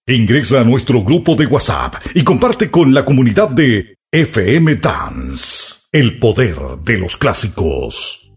Ingresa a nuestro grupo de WhatsApp y comparte con la comunidad de FM Dance, el poder de los clásicos.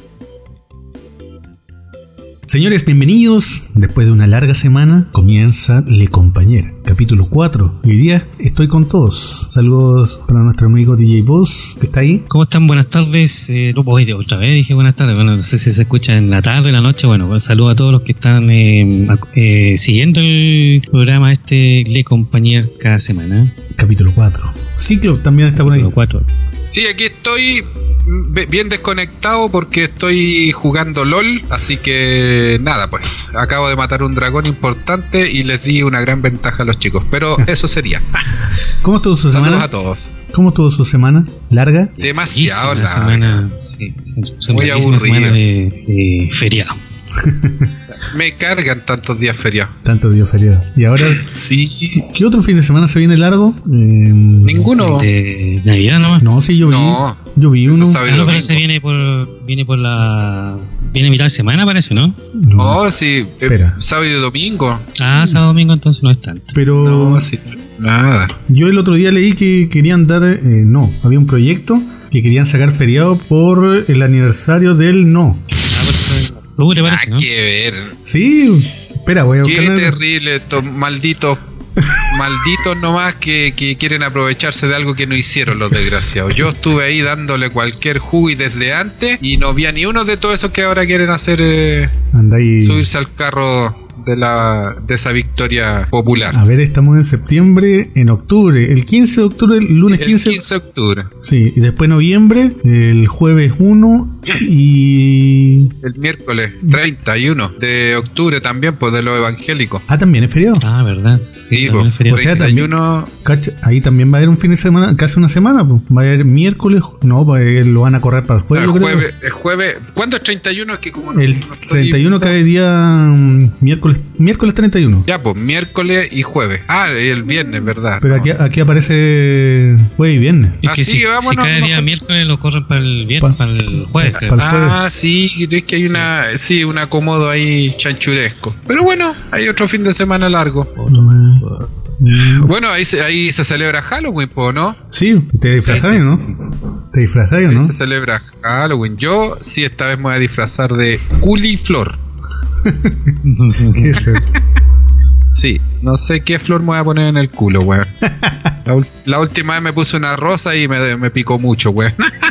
Señores, bienvenidos. Después de una larga semana comienza Le Compañera, capítulo 4. Hoy día estoy con todos. Saludos para nuestro amigo DJ Boss, que está ahí. ¿Cómo están? Buenas tardes. No puedo ir otra vez, dije buenas tardes. Bueno, no sé si se escucha en la tarde, en la noche. Bueno, pues saludo a todos los que están siguiendo el programa Le Compañera cada semana. Capítulo 4. Ciclo también está por ahí. Capítulo 4. Sí, aquí estoy bien desconectado porque estoy jugando LOL, así que nada, pues acabo de matar un dragón importante y les di una gran ventaja a los chicos, pero eso sería. ¿Cómo estuvo su semana? Saludos a todos. ¿Cómo estuvo su semana? ¿Larga? Demasiado larga. Semana, sí, muy aburrida. Semana de feriado. Me cargan tantos días feriados. Tantos días feriados. Y ahora, sí. ¿Qué otro fin de semana se viene largo? Ninguno. De Navidad nomás. No, sí, yo vi. No, yo vi uno. No, pero ese viene por la. Viene mitad de semana, parece, ¿no? No, sí. Espera. Sábado y domingo. Sábado y domingo, entonces no es tanto. Pero. No, sí. Nada. Yo el otro día leí que querían dar. Había un proyecto que querían sacar feriado por el aniversario del no. ¿Te parece, no? Que ver. Sí, espera, voy a buscar. Qué terrible estos malditos nomás que quieren aprovecharse de algo que no hicieron los desgraciados. Yo estuve ahí dándole cualquier jugo y desde antes y no vi a ni uno de todos esos que ahora quieren hacer subirse al carro de esa victoria popular. A ver, estamos en septiembre, en octubre, el 15 de octubre, el lunes 15 de octubre. Sí, y después noviembre, el jueves 1 y... el miércoles 31 de octubre también, pues de los evangélicos. ¿También es feriado? ¿Verdad? Sí, pues, es feriado. O sea, 31... ahí también va a haber un fin de semana, casi una semana, pues. Va a haber miércoles, lo van a correr para el jueves. El jueves, ¿cuándo es 31? Es que como no, el 31 cae día miércoles 31. Ya, pues, miércoles y jueves. El viernes, ¿verdad? Pero no. aquí aparece jueves y viernes. Es que si cae día miércoles lo corren para el viernes, para el jueves. Sí, es que hay un acomodo ahí chanchuresco. Pero bueno, hay otro fin de semana largo. Bueno, ahí se celebra Halloween, ¿no? Sí, te disfrazás, ¿no? Sí. ¿Te disfrazás, no? Ahí se celebra Halloween. Yo sí, esta vez me voy a disfrazar de Culiflor. ¿Qué es eso? Sí, no sé qué flor me voy a poner en el culo, weón. La última vez me puse una rosa y me picó mucho, weón.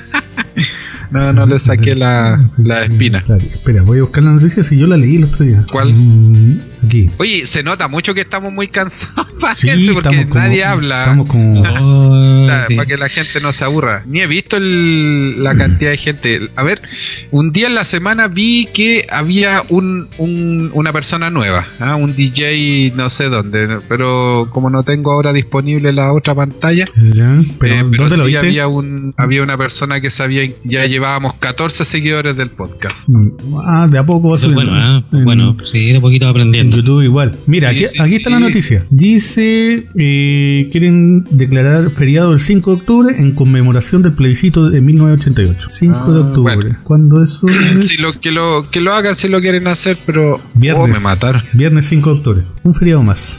No le saqué la espina. Espera, voy a buscar la noticia si yo la leí el otro día. ¿Cuál? Aquí. Oye, se nota mucho que estamos muy cansados, sí, porque nadie habla. Estamos como... Para que la gente no se aburra. Ni he visto la cantidad de gente. A ver, un día en la semana vi que había una persona nueva, un DJ no sé dónde, pero como no tengo ahora disponible la otra pantalla, pero ¿dónde lo viste? había una persona que sabía, ya llevábamos 14 seguidores del podcast. De a poco va subiendo. Bueno, sí, de poquito aprendiendo. En YouTube igual. Mira, sí, aquí está la noticia. Dice, quieren declarar feriado el 5 de octubre en conmemoración del plebiscito de 1988. 5 de octubre. Bueno. ¿Cuándo eso es? Si que lo hagan si lo quieren hacer, pero viernes, me mataron. Viernes 5 de octubre. Un feriado más.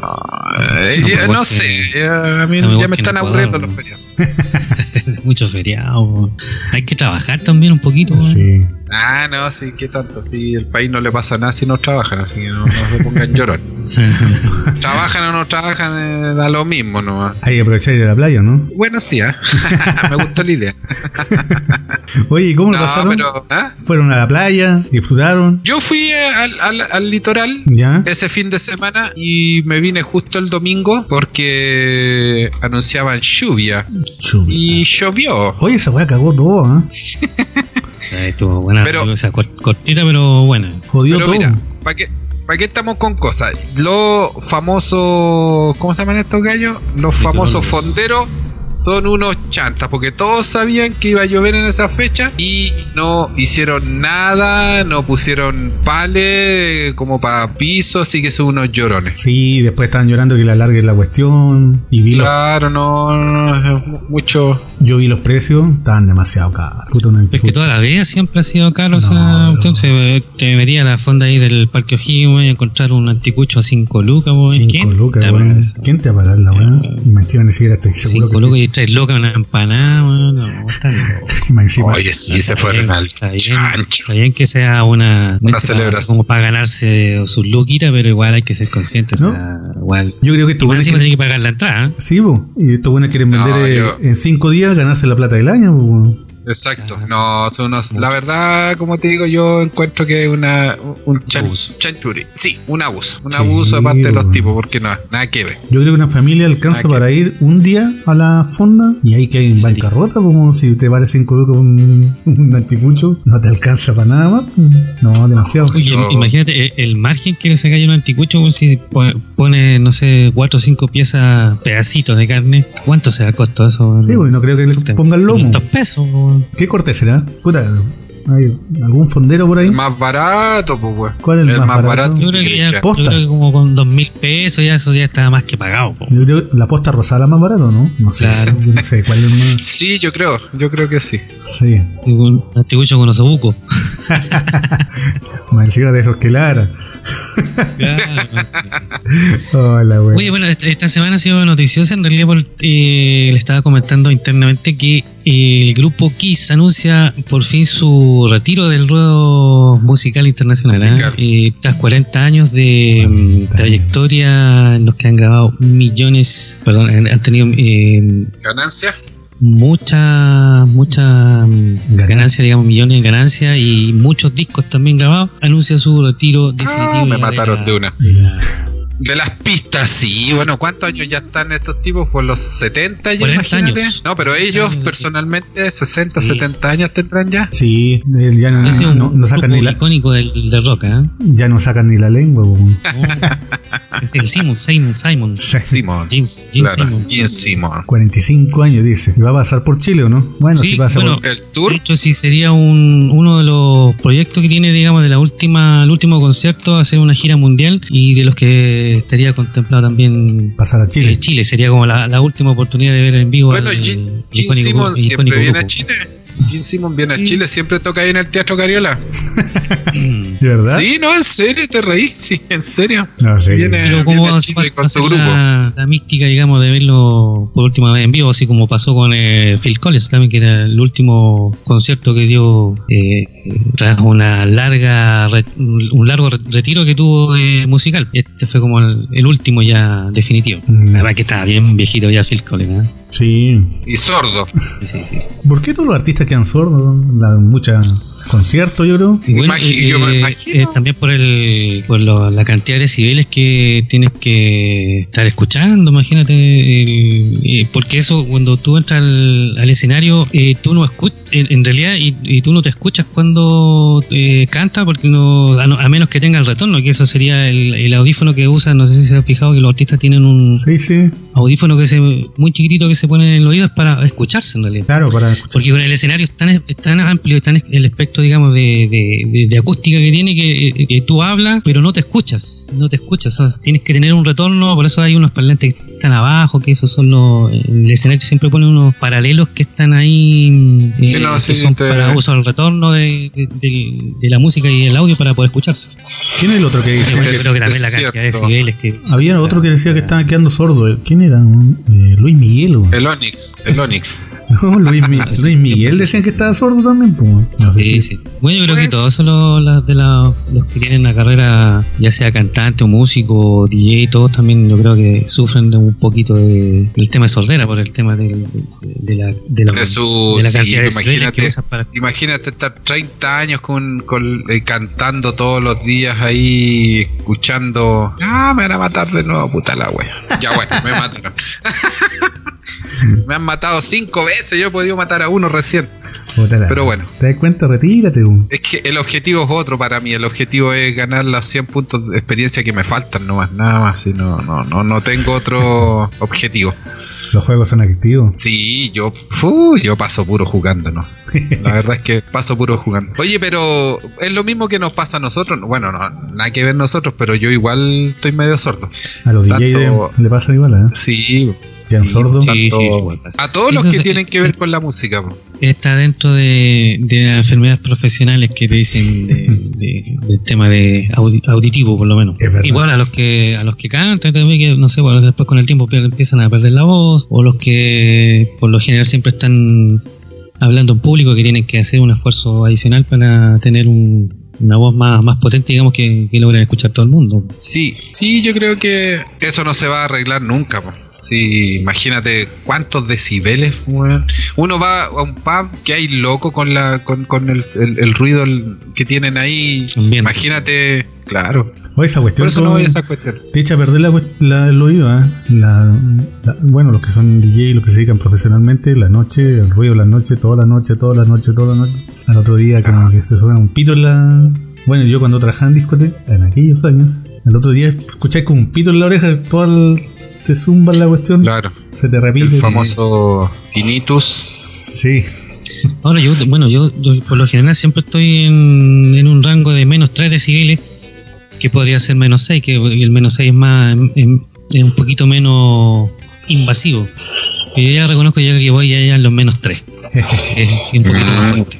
No sé. A mí ya me están aburriendo los feriados. Mucho feriado. Hay que trabajar también un poquito. Sí. No, sí, ¿qué tanto? Si el país no le pasa nada si no trabajan, así que no se pongan llorón. Trabajan o no trabajan, da lo mismo nomás. Hay que aprovechar de ir a la playa, ¿no? Bueno, sí, me gustó la idea. Oye, ¿cómo lo pasaron? ¿Fueron a la playa? ¿Disfrutaron? Yo fui al litoral ese fin de semana y me vine justo el domingo porque anunciaban lluvia. Y llovió. Oye, esa weá cagó todo, Estuvo buena, o sea, cortita pero buena. Jodió todo. Mira, ¿para qué estamos con cosas? Los famosos, ¿cómo se llaman estos gallos? Los famosos fonderos son unos chantas, porque todos sabían que iba a llover en esa fecha y no hicieron nada, no pusieron pales como para piso, así que son unos llorones. Sí, después estaban llorando que le alarguen la cuestión y vi claro, no, mucho Yo vi los precios, estaban demasiado caros. Puta, Es que toda la vida siempre ha sido caro. O sea, entonces te metía a la fonda ahí del Parque O'Higgins y a encontrar un anticucho a 5 lucas. 5 lucas, weón. ¿Quién te va a pagar la weá? Y me encima ni siquiera estoy seguro 5 lucas y 3 lucas una empanada, weón. No, está loco. Oye, sí, se fue al chancho. Está bien que sea una celebración como para ganarse sus luquitas, pero igual hay que ser conscientes. ¿No? O sea, igual. Yo creo que esto igual encima tiene que pagar la entrada. Sí, po. Y estos buenos quieren vender en 5 días, ganarse la plata del año, po. Exacto, no, son unos, la verdad, como te digo, yo encuentro que es un chanchuri. Sí, un abuso de parte de los tipos, porque no, nada que ver. Yo creo que una familia alcanza para ir un día a la fonda y ahí que hay en bancarrota, como si te vale 5 lucas un anticucho, no te alcanza para nada más. No, demasiado. Oye, imagínate el margen que le saca un anticucho, si pone, no sé, 4 o 5 piezas, pedacitos de carne, ¿cuánto será el costo de eso? Sí, pues no creo que le pongan lomo. 500 pesos, ¿qué corte será? Puta, ¿hay algún fondero por ahí? El más barato, pues, güey. ¿Cuál es el más barato? Yo creo que como con 2.000 pesos ya eso ya está más que pagado, po. Yo creo que la posta rosada la más barata, ¿no? No sé. Claro. Yo no sé cuál es el más. Sí, yo creo que sí. Sí. Un antiguo con osobuco. Más encima de esos que Lara. Claro. Hola, güey. Oye, bueno, esta semana ha sido noticiosa. En realidad, le estaba comentando internamente que el grupo Kiss anuncia por fin su retiro del ruedo musical internacional. Tras 40 años de trayectoria en los que han grabado han tenido ¿Ganancia? mucha ganancia, digamos, millones de ganancias y muchos discos también grabados. Anuncia su retiro definitivo. Me mataron de una. De las pistas, sí. Bueno, ¿cuántos años ya están estos tipos? Por los 70 ya, imagínate. Años. No, pero ellos personalmente 60, 70 años tendrán ya. Sí, ya no sacan ni la icónico del rock, ¿eh? Ya no sacan ni la lengua, güey. Es el Simon. Gene Simon. 45 años, dice. ¿Y va a pasar por Chile o no? Bueno, sí, si pasa por el tour. De hecho, sí sería uno de los proyectos que tiene, digamos, de el último concierto, hacer una gira mundial, y de los que estaría contemplado también pasar a Chile. Chile sería como la última oportunidad de ver en vivo. Bueno, Gene Simon siempre viene a Chile. Gene Simon viene a Chile, siempre toca ahí en el Teatro Cariola. ¿De verdad? Sí, no, en serio, te reí. Sí, en serio. No sé. Viene a Chile con su grupo. La mística, digamos, de verlo por última vez en vivo, así como pasó con Phil Collins también, que era el último concierto que dio tras un largo retiro que tuvo musical. Este fue como el último ya definitivo. La verdad que estaba bien viejito ya Phil Collins, ¿eh? Sí. Y sordo. Sí. ¿Por qué todos los artistas quedan sordos? Muchos conciertos, yo creo. Sí, bueno, yo me imagino. También por la cantidad de decibeles que tienes que estar escuchando, imagínate. Porque eso, cuando tú entras al escenario, tú no escuchas, en realidad, y tú no te escuchas cuando canta, porque a menos que tenga el retorno, que eso sería el audífono que usan. No sé si se han fijado que los artistas tienen un audífono muy chiquitito que se pone en el oído, es para escucharse en realidad. Claro, para escuchar. Porque con el escenario es tan amplio, el espectro, digamos, de acústica que tiene, que tú hablas, pero no te escuchas. O sea, tienes que tener un retorno. Por eso hay unos parlantes que están abajo, que esos son en el escenario siempre ponen unos paralelos que están ahí, que son para uso al retorno de la música y el audio para poder escucharse. ¿Quién es el otro que dice? Yo creo que también la cantidad de decibeles que... Había otro que decía que estaba quedando sordo. ¿Quién era? Luis Miguel. El Onyx. No, Luis Miguel decían que estaba sordo también, pues. No sé sí. Bueno, yo creo que todos son los que tienen una carrera, ya sea cantante o músico o DJ, todos también yo creo que sufren de un poquito del tema de sordera, por el tema de la cantidad de decibeles que usan para... Imagínate estar 30 años cantando todos los días ahí, escuchando. Me van a matar de nuevo, puta la wea. Ya bueno, me mataron. Me han matado 5 veces, yo he podido matar a uno recién. Pero bueno. ¿Te das cuenta? Retírate. Es que el objetivo es otro para mí. El objetivo es ganar los 100 puntos de experiencia que me faltan, nada más. No tengo otro objetivo. ¿Los juegos son adictivos? Sí, yo paso puro jugando, ¿no? La verdad es que paso puro jugando. Oye, pero es lo mismo que nos pasa a nosotros. Bueno, no, nada que ver nosotros, pero yo igual estoy medio sordo. A los DJs le pasa igual, ¿eh? Sí. quedan sordos. Sí, Tanto- pasa. a todos los Eso que es- tienen que ver con la música, po. Está dentro de las enfermedades profesionales que te dicen del tema de auditivo, por lo menos. Es verdad. Igual a los que cantan también, que no sé, bueno, después con el tiempo empiezan a perder la voz, o los que por lo general siempre están hablando en público, que tienen que hacer un esfuerzo adicional para tener una voz más potente, digamos, que logren escuchar todo el mundo. Sí, yo creo que eso no se va a arreglar nunca, po. Sí, imagínate cuántos decibeles, weón. Uno va a un pub que hay loco con el ruido que tienen ahí. Ambiente. Imagínate, claro. O esa Por cuestión eso no voy a esa cuestión. te echa a perder el oído, ¿eh? Bueno, los que son DJ, los que se dedican profesionalmente, la noche, el ruido de la noche, toda la noche. Al otro día como que se suena un pito en la... Bueno, yo cuando trabajaba en discoteca, en aquellos años, al otro día escucháis como un pito en la oreja, te zumba la cuestión, Claro. se te repite. El famoso tinnitus. Sí. Ahora yo por lo general siempre estoy en un rango de menos 3 decibeles, que podría ser menos 6, que el menos 6 es más es un poquito menos invasivo. Pero yo ya reconozco ya que voy ya en los menos 3. Es un poquito más fuerte.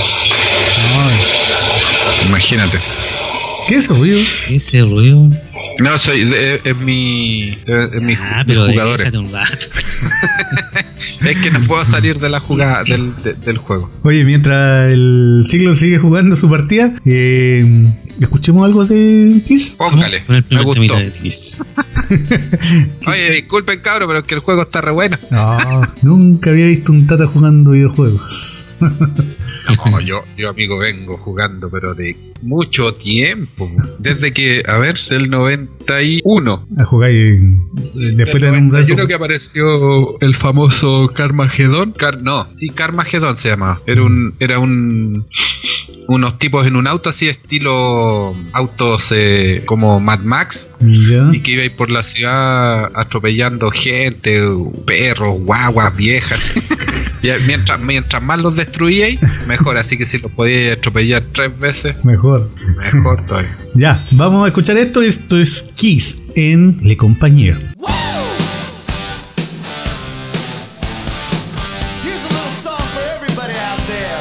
Imagínate. ¿Qué es ese ruido? Ese ruido. No, es mi Pero jugadores. déjate un rato. Es que no puedo salir de la jugada del juego. Oye, mientras el siglo sigue jugando su partida, escuchemos algo de Kiss. Póngale, Con el me primer gustó. temita de Kiss. Oye, disculpen cabros, pero es que el juego está re bueno. No, nunca había visto un tata jugando videojuegos. No, yo amigo vengo jugando, pero de mucho tiempo. Desde que, a ver, del 91. A jugar y después te dan un brazo. Yo creo que apareció el famoso Carmageddon. Carmageddon se llamaba. Era unos tipos en un auto así estilo autos como Mad Max. Ya. Y que iba a ir por la ciudad atropellando gente, perros, guaguas, viejas. Y mientras más los destruíais, mejor. Así que si los podíais atropellar 3 veces, Mejor. mejor todavía. Ya, vamos a escuchar esto. Esto es Kiss en Le Compagnie. Here's a little song for everybody out there.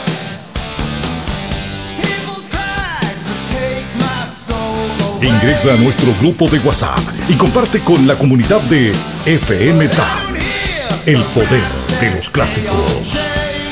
People tried to take my soul away. Ingresa a nuestro grupo de WhatsApp y comparte con la comunidad de FM Dance, el poder de los clásicos.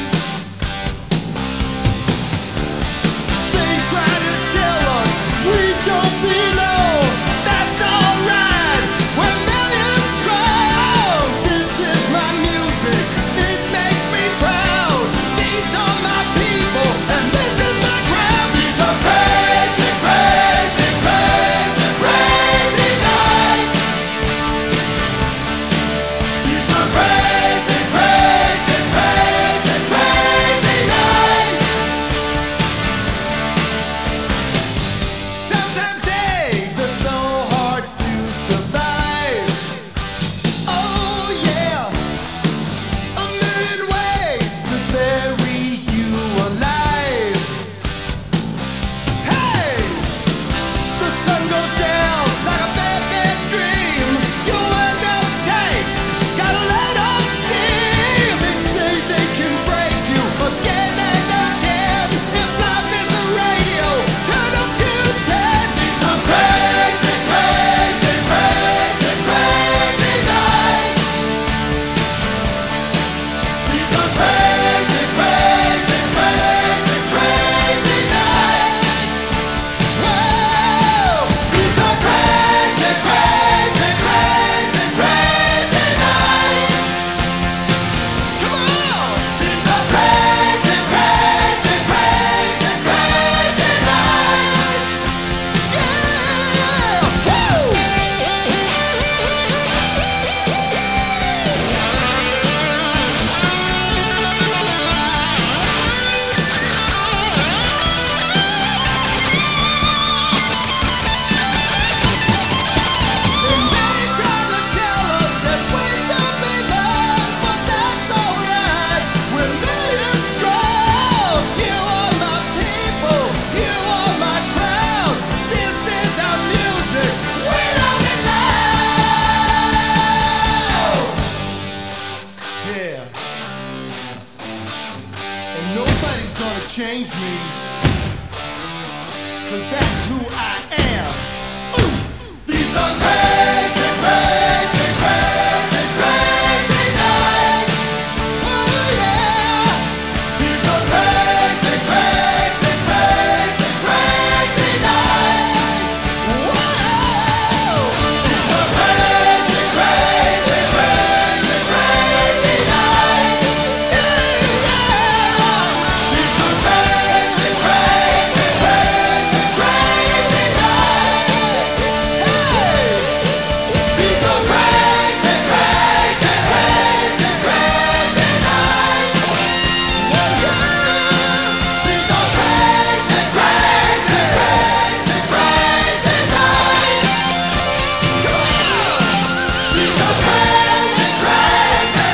They try to tell us we don't belong. That's alright. When millions cry, oh, this is my music. It makes me proud. These are my people, and this is my crowd. These are crazy, crazy, crazy, crazy nights. These are crazy, crazy, crazy, change me, 'cause that's who I am. These are crazy, crazy, crazy, crazy nights. Oh yeah. These are crazy, crazy, crazy, crazy nights. Whoa. These are crazy, crazy, crazy, crazy nights. Yeah. These are crazy, crazy, crazy, crazy nights. Hey. These are crazy, crazy, crazy, crazy nights. Oh yeah. These are crazy, crazy, crazy, crazy nights. These are crazy, crazy,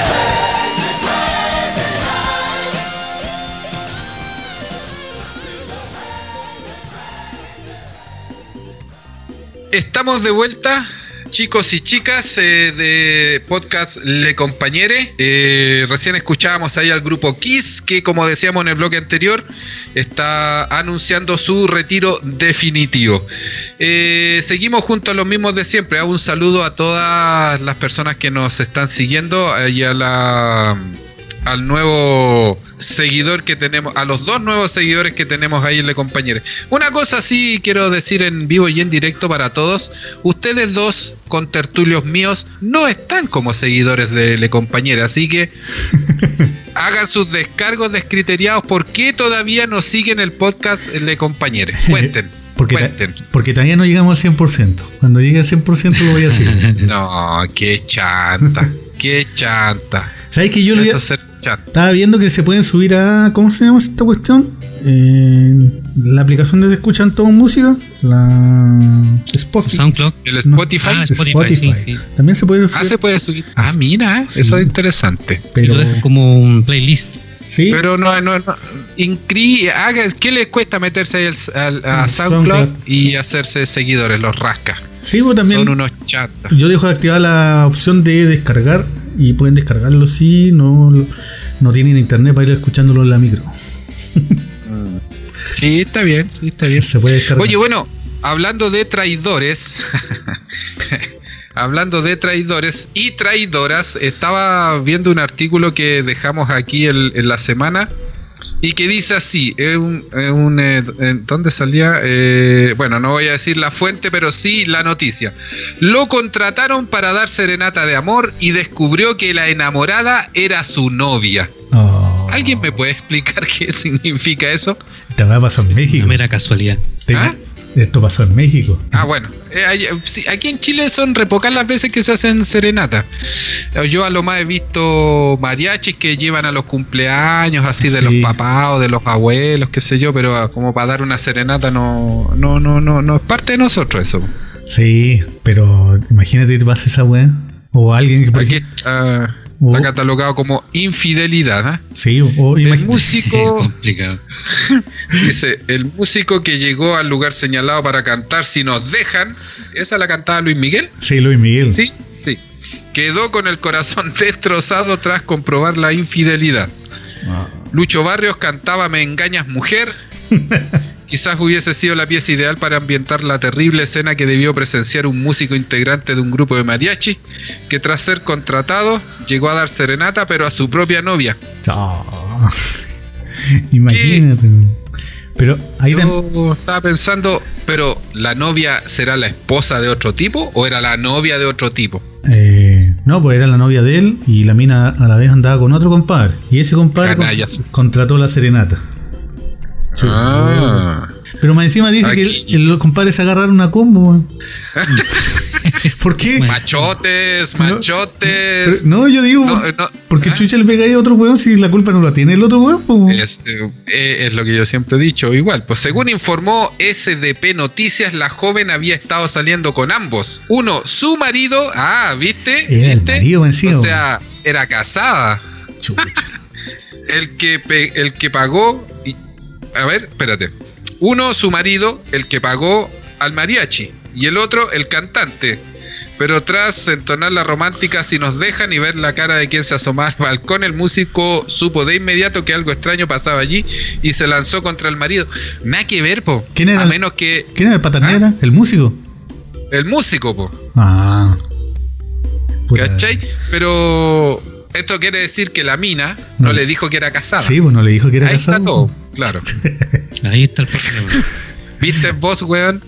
crazy, crazy nights. Estamos de vuelta, chicos y chicas, de podcast Le Compañere. Recién escuchábamos ahí al grupo Kiss, que como decíamos en el bloque anterior, está anunciando su retiro definitivo. Seguimos junto a los mismos de siempre. Un saludo a todas las personas que nos están siguiendo y al nuevo seguidor que tenemos, a los dos nuevos seguidores que tenemos ahí en Le Compañere. Una cosa sí quiero decir en vivo y en directo para todos: ustedes dos contertulios míos no están como seguidores de Le Compañere, así que hagan sus descargos descriteriados. ¿Por qué todavía no siguen el podcast Le Compañere? Cuenten. Porque todavía no llegamos al 100%. Cuando llegue al 100% lo voy a hacer. No, qué chanta. Qué chanta. ¿Sabes que yo lo Eso ser chanta. estaba viendo que se pueden subir a... ¿Cómo se llama esta cuestión? La aplicación donde escuchan todo música. La Spotify. SoundCloud. El Spotify. Ah, Spotify, sí. También se puede subir. Se puede subir. Mira, Sí. eso es interesante. Pero, Lo dejan como un playlist. sí, Pero no. ¿Qué les cuesta meterse ahí a Al SoundCloud SoundCloud. y hacerse seguidores? Los rasca. sí, vos también. Son unos chantas. Yo dejo de activar la opción de descargar y pueden descargarlo si no tienen internet para ir escuchándolo en la micro. Sí, está bien, sí, está bien. Se puede descargar. Oye, bueno, hablando de traidores, hablando de traidores y traidoras, estaba viendo un artículo que dejamos aquí en la semana y que dice así, ¿dónde salía? Bueno, no voy a decir la fuente, pero sí la noticia. Lo contrataron para dar serenata de amor y descubrió que la enamorada era su novia. Oh, ¿Alguien me puede explicar qué significa eso? Te va a pasar en México. Una mera casualidad. ¿Ah? Esto pasó en México. Bueno, sí, aquí en Chile son re pocas las veces que se hacen serenata. Yo a lo más he visto mariachis que llevan a los cumpleaños así de Sí. los papás o de los abuelos, qué sé yo, pero como para dar una serenata no es parte de nosotros eso. Sí, pero imagínate que te pasa esa weá. O alguien que... por Aquí ejemplo, está o- catalogado como infidelidad. ¿Ah? sí, o El imagínate... músico, Complicado. dice, el músico que llegó al lugar señalado para cantar Si nos dejan, ¿esa la cantaba Luis Miguel? Sí, Luis Miguel. Sí. Quedó con el corazón destrozado tras comprobar la infidelidad. Lucho Barrios cantaba Me engañas mujer. Quizás hubiese sido la pieza ideal para ambientar la terrible escena que debió presenciar un músico integrante de un grupo de mariachi que tras ser contratado llegó a dar serenata pero a su propia novia. Oh, imagínate. Pero ahí Yo estaba pensando, pero ¿la novia será la esposa de otro tipo o era la novia de otro tipo? no, pues era la novia de él y la mina a la vez andaba con otro compadre. Y ese compadre Canallas. contrató la serenata. Pero más encima dice Aquí. que los compadres se agarraron a combo. weón. ¿Por qué? Machotes. Pero- no, yo digo, No, porque ¿Ah? Chucha le pega ahí a otro weón si la culpa no la tiene el otro weón. pues. Es lo que yo siempre he dicho. Igual, pues según informó SDP Noticias, la joven había estado saliendo con ambos. Uno, su marido. ¿Viste? Era el ¿Viste? marido encima, O sea, era casada. Chucha. El que pagó. A ver, espérate. Uno, su marido, el que pagó al mariachi. Y el otro, el cantante. pero tras entonar la romántica si nos dejan y ver la cara de quien se asomaba al balcón, el músico supo de inmediato que algo extraño pasaba allí y se lanzó contra el marido. Nada que ver, po. ¿Quién era? A menos que... ¿Quién era el Pata Negra? ¿El músico? El músico, po. Ah. Puta. ¿Cachai? Pero esto quiere decir que la mina no le dijo que era casada. Sí, pues no le dijo que era ahí casado. está todo, claro. Ahí está el problema. ¿Viste vos, weón?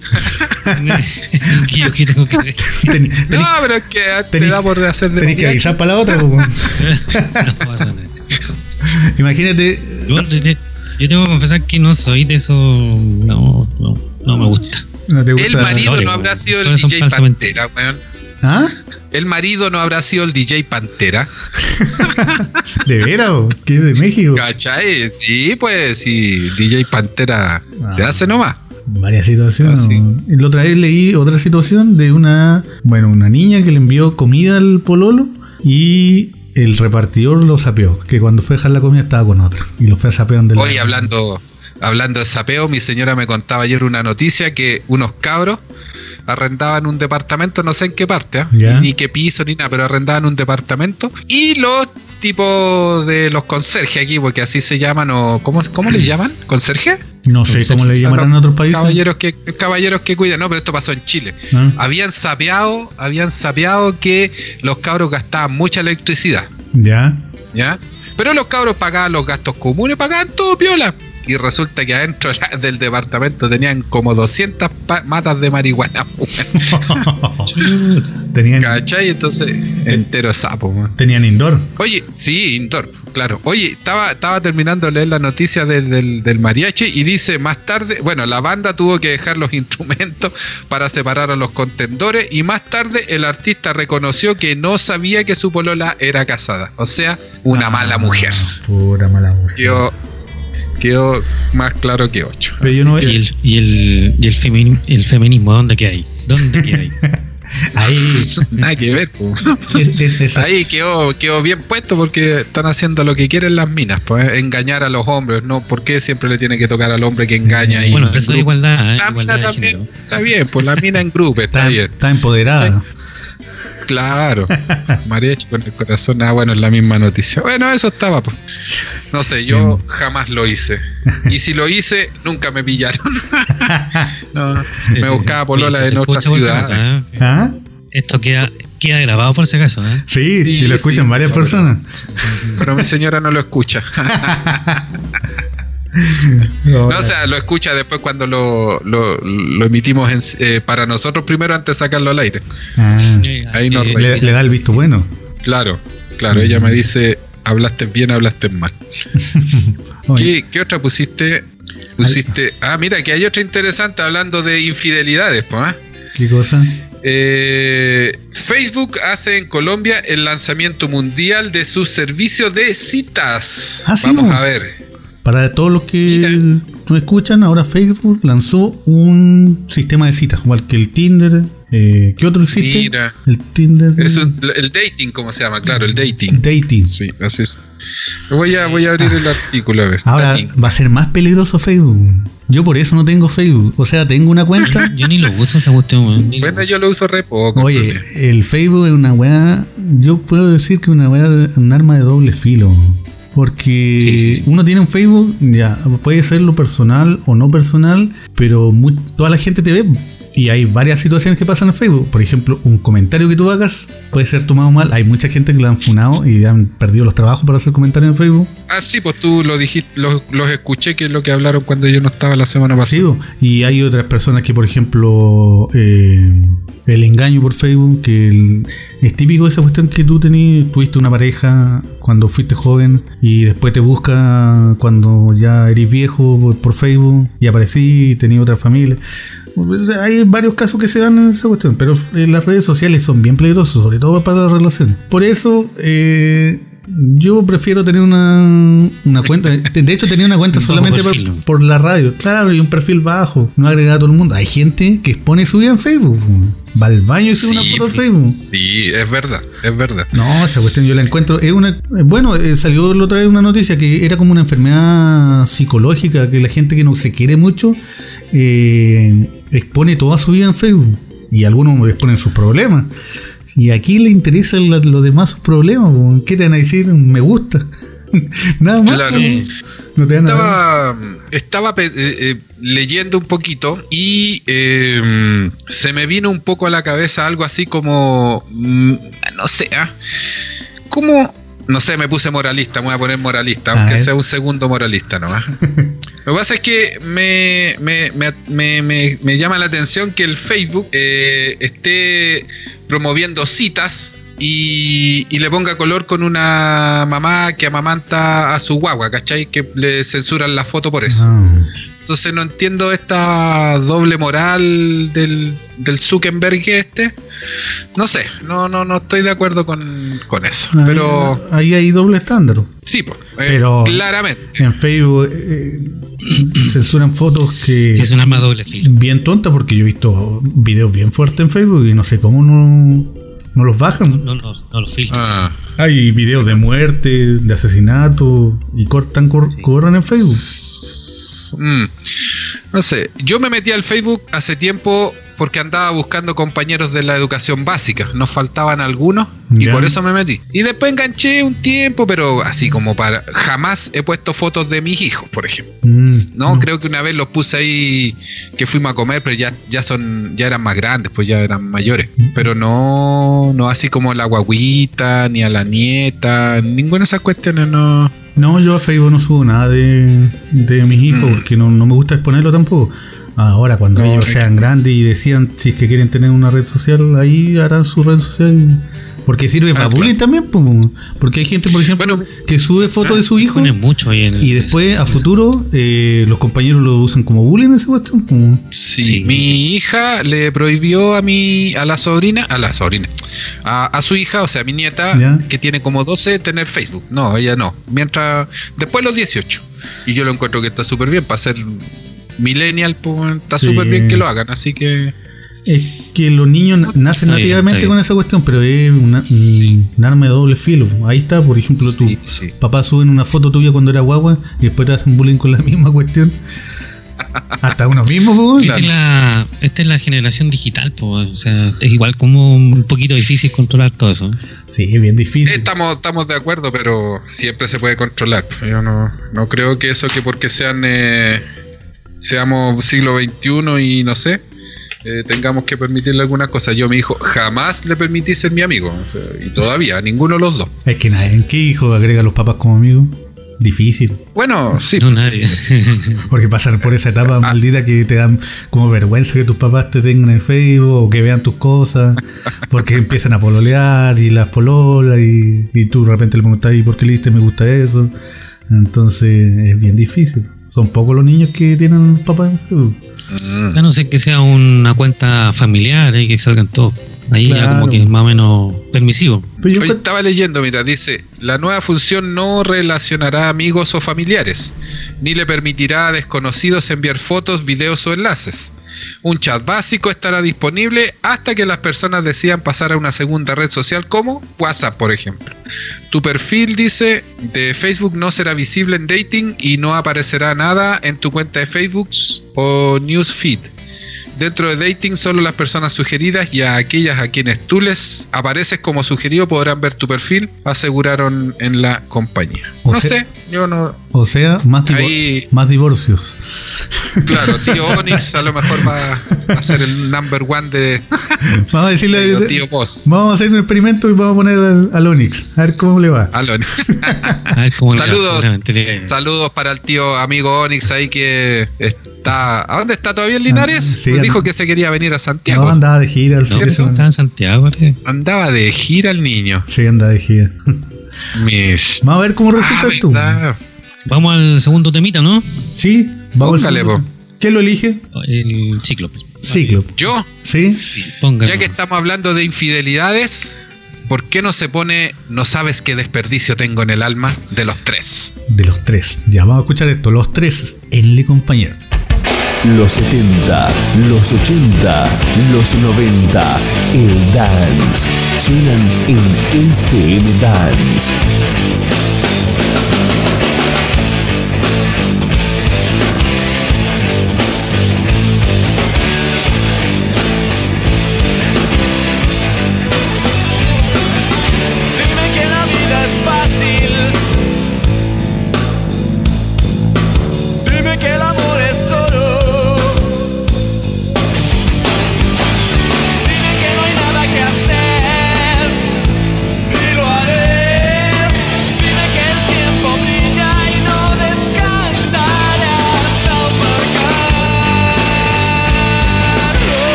¿Qué tengo que ver? No, pero es que te da por hacer de... Tenés que avisar para la otra, pues. No pasa nada. Imagínate. Yo tengo que confesar que no soy de eso. No me gusta. No te gusta. El marido Dale, no habrá sido el son DJ falsamente. Pantera, weón. ¿Ah? El marido no habrá sido el DJ Pantera. ¿De veras? ¿Qué es de México? ¿Cachai? Sí, pues, sí, DJ Pantera se hace nomás. Varias situaciones. Ah, sí. La otra vez leí otra situación de una niña que le envió comida al pololo y el repartidor lo sapeó, que cuando fue a dejar la comida estaba con otro y lo fue a sapear donde Hoy hablando de sapeo, mi señora me contaba ayer una noticia que unos cabros arrendaban un departamento, no sé en qué parte, ni qué piso ni nada, pero arrendaban un departamento y los tipos de los conserjes aquí, porque así se llaman, o ¿cómo les llaman? ¿Conserje? No sé cómo le llamarán en otros países. Caballeros que cuidan, no, pero esto pasó en Chile. Habían sapeado que los cabros gastaban mucha electricidad. ¿Ya? Pero los cabros pagaban los gastos comunes, pagaban todo piola. Y resulta que adentro del departamento tenían como 200 matas de marihuana. Tenían, ¿cachai? Entonces, entero sapo, man. Tenían indoor. Oye, sí, indoor, claro. Oye, estaba terminando de leer la noticia del mariachi y dice más tarde, bueno, la banda tuvo que dejar los instrumentos para separar a los contendores y más tarde el artista reconoció que no sabía que su polola era casada. O sea, una mala mujer. Pura mala mujer. Quedó más claro que 8. Pero yo no veo. ¿Y el feminismo dónde queda ahí? ¿Dónde queda ahí? Ahí. Nada que ver, pues. Ahí quedó bien puesto porque están haciendo lo que quieren las minas, pues, engañar a los hombres, ¿no? ¿Por qué siempre le tiene que tocar al hombre que engaña? Bueno, eso es igualdad. La igualdad mina de también, género. está bien, pues la mina en grupo, está bien. Está empoderada. Claro, mariachi con el corazón, bueno, es la misma noticia. Bueno, eso estaba, pues. No sé, yo jamás lo hice. Y si lo hice, nunca me pillaron. No, me buscaba polola en otra ciudad. Si esto queda grabado por si acaso. Sí, y lo escuchan varias personas. Pero mi señora no lo escucha. No, o sea, lo escucha después cuando lo emitimos para nosotros primero antes de sacarlo al aire. Ahí nos le da el visto bueno. Claro, ella me dice, hablaste bien, hablaste mal. ¿Qué otra pusiste? Mira, que hay otra interesante hablando de infidelidades, pues. ¿Qué cosa? Facebook hace en Colombia el lanzamiento mundial de su servicio de citas. ¿Sí? Vamos a ver. Para todos los que nos escuchan, ahora Facebook lanzó un sistema de citas, igual que el Tinder. ¿Qué otro existe? Mira. El Tinder. Eso, el dating, ¿cómo se llama? Claro, el dating. Dating. Sí, así es. Voy a abrir el artículo, a ver. Ahora va a ser más peligroso Facebook. Yo por eso no tengo Facebook. O sea, tengo una cuenta. Yo ni lo uso esa cuestión. Bueno, yo lo uso re poco. Oye, el Facebook es una weá. Yo puedo decir que es una weá, un arma de doble filo. Porque sí. Uno tiene un Facebook, ya, puede ser lo personal o no personal, pero toda la gente te ve. Y hay varias situaciones que pasan en Facebook. Por ejemplo, un comentario que tú hagas puede ser tomado mal. Hay mucha gente que lo han funado y han perdido los trabajos para hacer comentarios en Facebook. Sí, pues tú lo dijiste, los escuché, que es lo que hablaron cuando yo no estaba la semana pasada. Sí, y hay otras personas que, por ejemplo, el engaño por Facebook, que es típico esa cuestión que tú tuviste una pareja cuando fuiste joven y después te busca cuando ya eres viejo por Facebook y aparecí y tenías otra familia. Hay varios casos que se dan en esa cuestión, pero las redes sociales son bien peligrosas, sobre todo para las relaciones. Por eso yo prefiero tener una cuenta. De hecho, tenía una cuenta solamente por la radio. Claro, y un perfil bajo, no agregar a todo el mundo. Hay gente que expone su vida en Facebook. Va al baño y sube una foto en Facebook. Sí, es verdad. No, esa cuestión yo la encuentro. Salió la otra vez una noticia que era como una enfermedad psicológica, que la gente que no se quiere mucho expone toda su vida en Facebook. y algunos les ponen sus problemas. Y aquí le interesan los demás sus problemas. Po. ¿Qué te van a decir? Me gusta. Nada más. Claro. No te van a Estaba leyendo un poquito y se me vino un poco a la cabeza algo así como, no sé, como, no sé, me puse moralista, me voy a poner moralista, aunque sea un segundo moralista nomás. Lo que pasa es que me llama la atención que el Facebook esté promoviendo citas y le ponga color con una mamá que amamanta a su guagua, ¿cachai? Que le censuran la foto por eso. Entonces no entiendo esta doble moral del Zuckerberg No sé, no estoy de acuerdo con eso. Pero ahí hay doble estándar. Sí, pero claramente. En Facebook censuran fotos que es un arma de doble filo. Bien tonta, porque yo he visto videos bien fuertes en Facebook y no sé cómo no los bajan. No los filtran. Hay videos de muerte, de asesinato y corren en Facebook. No sé, yo me metí al Facebook hace tiempo porque andaba buscando compañeros de la educación básica. Nos faltaban algunos y por eso me metí. Y después enganché un tiempo, pero así como para... Jamás he puesto fotos de mis hijos, por ejemplo. No, creo que una vez los puse ahí que fuimos a comer, pero ya eran más grandes, pues ya eran mayores. Pero no así como la guaguita, ni a la nieta, ninguna de esas cuestiones, no. No, yo a Facebook no subo nada de mis hijos porque no me gusta exponerlo tampoco. Ahora, cuando ellos sean grandes y decidan si es que quieren tener una red social, ahí harán su red social. Porque sirve para bullying también, porque hay gente, por ejemplo, que sube fotos de su hijo y después a futuro los compañeros lo usan como bullying en esa cuestión. Sí, mi hija le prohibió a la sobrina, a su hija, o sea, a mi nieta, que tiene como 12, tener Facebook. No, ella no. Mientras, después los 18. Y yo lo encuentro que está súper bien para ser millennial, pues, está súper bien que lo hagan, así que... Es que los niños nacen nativamente con esa cuestión, pero es un arma de doble filo. Ahí está, por ejemplo, papá suben una foto tuya cuando era guagua y después te hacen bullying con la misma cuestión. Hasta uno mismo, pues. Esta es la generación digital, pues. O sea, es igual como un poquito difícil controlar todo eso. Sí, bien difícil. Estamos de acuerdo, pero siempre se puede controlar. Yo no creo que eso, que porque seamos siglo XXI y no sé, tengamos que permitirle algunas cosas. Yo a mi hijo jamás le permití ser mi amigo, o sea, y todavía a ninguno de los dos. Es que nadie, ¿qué hijo agrega a los papás como amigos? Difícil. Bueno, sí. No, nadie. Porque pasar por esa etapa maldita que te dan como vergüenza que tus papás te tengan en Facebook o que vean tus cosas, porque empiezan a pololear y las pololas y tú de repente le preguntas, ¿y por qué le diste me gusta eso? Entonces es bien difícil. Son pocos los niños que tienen papás en Facebook. A no ser que sea una cuenta familiar y que salgan todos. Ahí ya como que es más o menos permisivo. Hoy estaba leyendo, mira, dice: la nueva función no relacionará amigos o familiares, ni le permitirá a desconocidos enviar fotos, videos o enlaces. Un chat básico estará disponible hasta que las personas decidan pasar a una segunda red social como WhatsApp, por ejemplo. Tu perfil, dice, de Facebook no será visible en Dating y no aparecerá nada en tu cuenta de Facebook o Newsfeed. Dentro de Dating, solo las personas sugeridas y a aquellas a quienes tú les apareces como sugerido podrán ver tu perfil, aseguraron en la compañía. Yo no... O sea, más divorcios. Claro, tío Onix a lo mejor va a ser el number one de... Vamos a decirle... tío Boss. Vamos a hacer un experimento y vamos a poner al Onix. A ver cómo le va. Al Onix. Saludos para el tío amigo Onix ahí que está... ¿A dónde está todavía en Linares? Sí, dijo que se quería venir a Santiago. No, andaba de gira. Estaba en Santiago. Andaba de gira el niño. Sí, andaba de gira. Vamos a ver cómo resulta esto. Vamos al segundo temita, ¿no? Sí, vamos. ¿Quién lo elige? El Cíclope. Cíclope. ¿Yo? Sí. Ya que estamos hablando de infidelidades, ¿por qué no se pone "no sabes qué desperdicio tengo en el alma" de Los Tres? De Los Tres. Ya vamos a escuchar esto. Los Tres en Le Compañero. Los 70, los 80, los 90, el dance, suenan en FM Dance.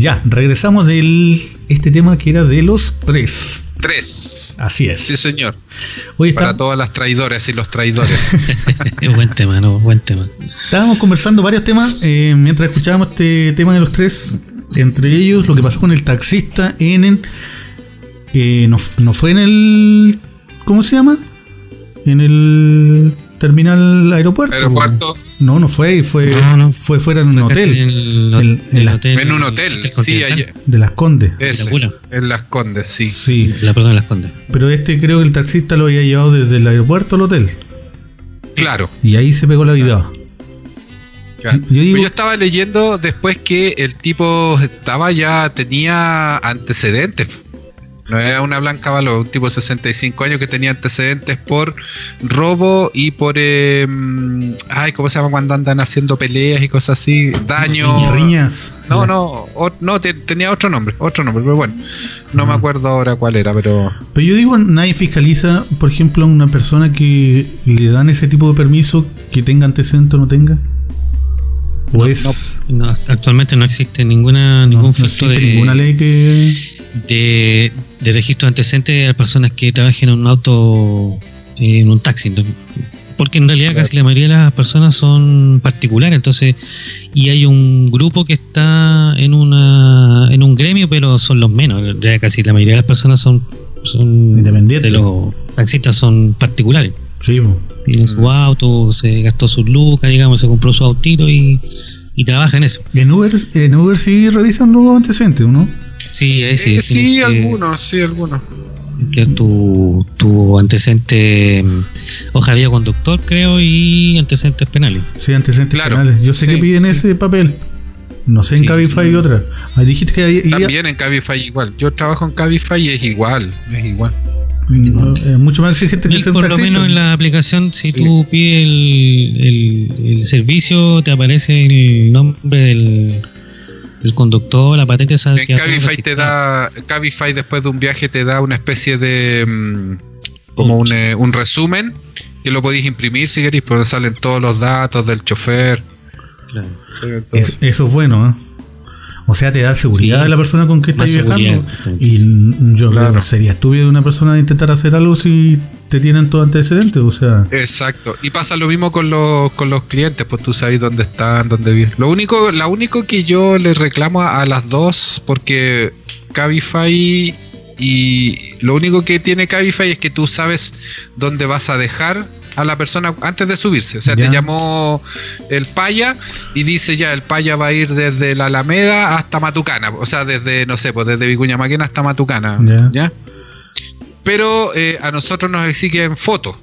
Ya, regresamos de este tema que era de los 3. 3. Así es. Sí, señor. Hoy Para todas las traidoras y los traidores. Buen tema, ¿no? Buen tema. Estábamos conversando varios temas mientras escuchábamos este tema de los 3. Entre ellos, lo que pasó con el taxista no fue en el... ¿Cómo se llama? En el terminal aeropuerto. No fue ahí, fue fuera en un hotel. En un hotel, sí, allá. De Las Condes. En Las Condes, sí. Sí. Perdón, Las Condes. Pero creo que el taxista lo había llevado desde el aeropuerto al hotel. Claro. Y ahí se pegó la vida. Claro. Yo estaba leyendo después que el tipo tenía antecedentes. No era una blanca bala, un tipo de 65 años que tenía antecedentes por robo y por ¿cómo se llama cuando andan haciendo peleas y cosas así? Daño. Riñas. Tenía otro nombre, pero bueno, no me acuerdo ahora cuál era, pero yo digo, nadie fiscaliza, por ejemplo, a una persona que le dan ese tipo de permiso, que tenga antecedentes o no tenga. No, actualmente no existe ningún filtro ninguna ley de registro de antecedentes a personas que trabajen en un auto, en un taxi, ¿no? Porque en realidad casi la mayoría de las personas son particulares, entonces, y hay un grupo que está en un gremio, pero son los menos. Casi la mayoría de las personas son independientes. De los taxistas son particulares. Sí, tiene su auto, se gastó sus lucas, digamos, se compró su autito y trabaja en eso. En Uber sí revisan los antecedentes, ¿no? Sí, ahí sí. Sí, algunos. Que tu antecedente, hoja de vida conductor, creo, y antecedentes penales. Sí, antecedentes penales. Yo sé que piden ese papel. No sé en Cabify y otra. Ahí dijiste que también en Cabify igual. Yo trabajo en Cabify y es igual. Mucho más exigente que ser un taxista. Por lo menos en la aplicación, si tú pides el servicio, te aparece el nombre del conductor, la patente. En Cabify después de un viaje te da una especie de como un resumen que lo podéis imprimir si queréis, porque salen todos los datos del chofer. Claro. Eso es bueno, ¿eh? O sea, te da seguridad a la persona con que estás viajando. Y yo creo que sería estúpido de una persona intentar hacer algo si te tienen todo antecedentes, o sea. Exacto. Y pasa lo mismo con los clientes, pues tú sabes dónde están, dónde viven. Lo único que yo le reclamo a las dos, porque Cabify, y lo único que tiene Cabify es que tú sabes dónde vas a dejar a la persona antes de subirse. O sea, te llamó el paya y dice el paya va a ir desde la Alameda hasta Matucana. O sea, desde Vicuña Maquena hasta Matucana. ¿Ya? Pero a nosotros nos exigen foto.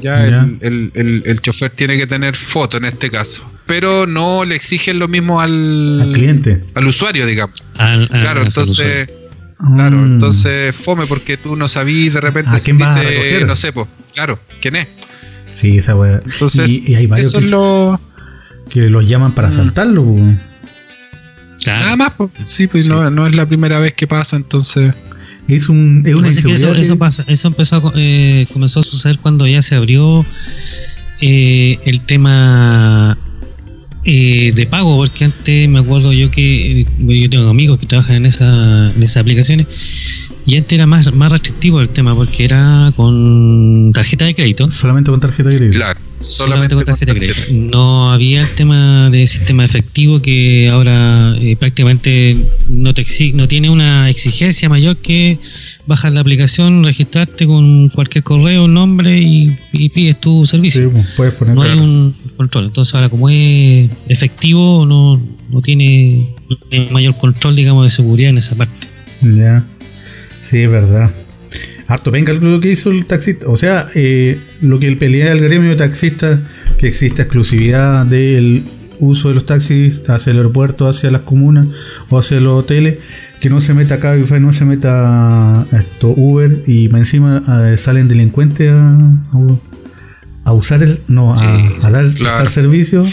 El chofer tiene que tener foto en este caso. Pero no le exigen lo mismo al cliente, al usuario, digamos. Claro, entonces... Claro, entonces fome porque tú no sabís de repente ¿a quién vas a recoger? No sé, pues, claro, ¿quién es? Sí, esa weá. Entonces, y hay varios que los llaman para asaltarlo. Claro. Nada más, pues. Sí, pues no es la primera vez que pasa, entonces. Es una inseguridad. Eso comenzó a suceder cuando ya se abrió el tema de pago, porque antes me acuerdo yo que yo tengo amigos que trabajan en esas aplicaciones y antes era más restrictivo el tema porque era con tarjeta de crédito. Solamente con tarjeta de crédito. Claro, solamente con tarjeta de crédito. No había el tema de sistema efectivo que ahora prácticamente no tiene una exigencia mayor que bajar la aplicación, registrarte con cualquier correo, nombre y pides tu servicio. Sí, puedes poner. No hay un control. Entonces ahora como es efectivo no tiene mayor control, digamos, de seguridad en esa parte. Ya. Sí, es verdad. Harto venga lo que hizo el taxista. O sea, lo que pelea el gremio de taxistas, que existe exclusividad del uso de los taxis hacia el aeropuerto, hacia las comunas o hacia los hoteles, que no se meta Cabify, no se meta Uber, y encima salen delincuentes a usar a dar servicio.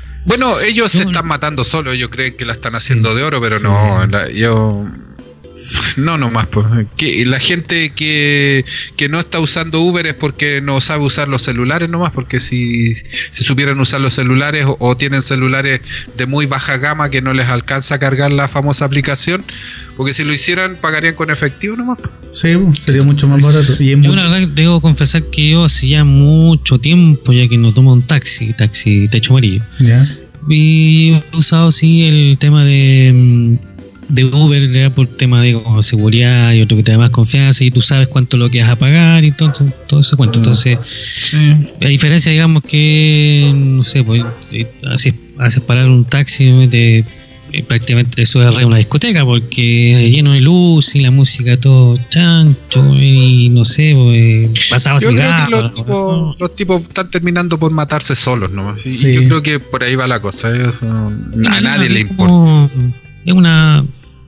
Bueno, ellos se están matando solos, ellos creen que la están haciendo de oro, pero no, No, nomás, pues. Que la gente que no está usando Uber es porque no sabe usar los celulares nomás, porque si supieran usar los celulares o tienen celulares de muy baja gama que no les alcanza a cargar la famosa aplicación, porque si lo hicieran pagarían con efectivo nomás. Sí, sería mucho más barato. Y yo la verdad debo confesar que yo hacía mucho tiempo ya que no tomo un taxi techo amarillo. Ya. Y he usado sí el tema de Uber, ¿verdad? Por tema de como seguridad y otro que te da más confianza y tú sabes cuánto lo que vas a pagar y todo ese cuento. Entonces, a diferencia, digamos que, no sé, pues si haces parar un taxi, prácticamente eso es una discoteca porque es lleno de luz y la música todo chancho y no sé, pues, pasaba cigarros. Yo creo que los tipos están terminando por matarse solos nomás. Y yo creo que por ahí va la cosa. A nadie le importa. Es una...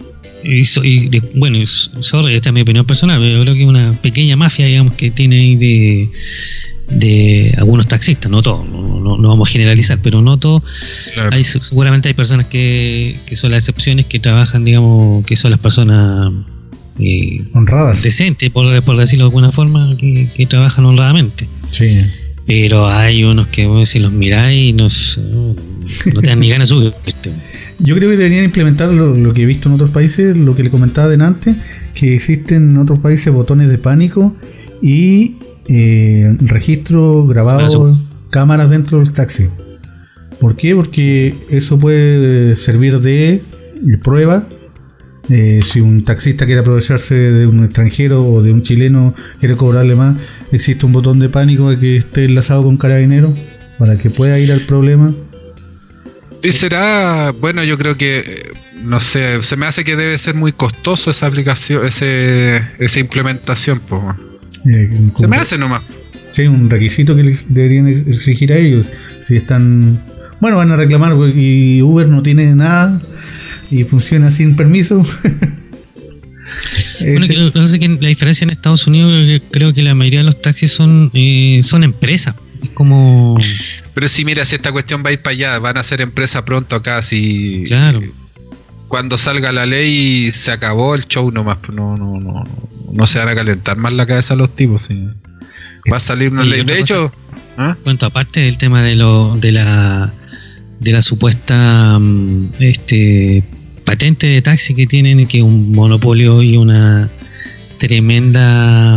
bueno, sorry, esta es mi opinión personal, pero yo creo que es una pequeña mafia, digamos, que tiene ahí de algunos taxistas, no todos, no vamos a generalizar, pero no todos. Claro. Seguramente hay personas que son las excepciones, que trabajan, digamos, que son las personas honradas, decentes, por decirlo de alguna forma, que trabajan honradamente. Sí. Pero hay unos que vos si los miráis no te dan ni ganas de subir. Yo creo que deberían implementar lo que he visto en otros países, lo que le comentaba delante, que existen en otros países botones de pánico y registro grabado, cámaras dentro del taxi. ¿Por qué? Porque eso puede servir de prueba. Si un taxista quiere aprovecharse de un extranjero o de un chileno, quiere cobrarle más, existe un botón de pánico que esté enlazado con Carabineros para que pueda ir al problema. Y será, bueno, yo creo que, no sé, se me hace que debe ser muy costoso esa aplicación, esa implementación, pues. Se me hace nomás. Sí, un requisito que les deberían exigir a ellos. Si están, bueno, van a reclamar y Uber no tiene nada y funciona sin permiso. Bueno, que no sé que la diferencia en Estados Unidos, creo que la mayoría de los taxis son empresas. Es como... Pero si mira, si esta cuestión va a ir para allá, van a ser empresa pronto acá, si... Claro. Cuando salga la ley se acabó el show nomás, no se van a calentar más la cabeza los tipos, sí. Va a salir una ley, de hecho... ¿Ah? Cuanto aparte del tema de la supuesta patente de taxi que tienen, que es un monopolio y una tremenda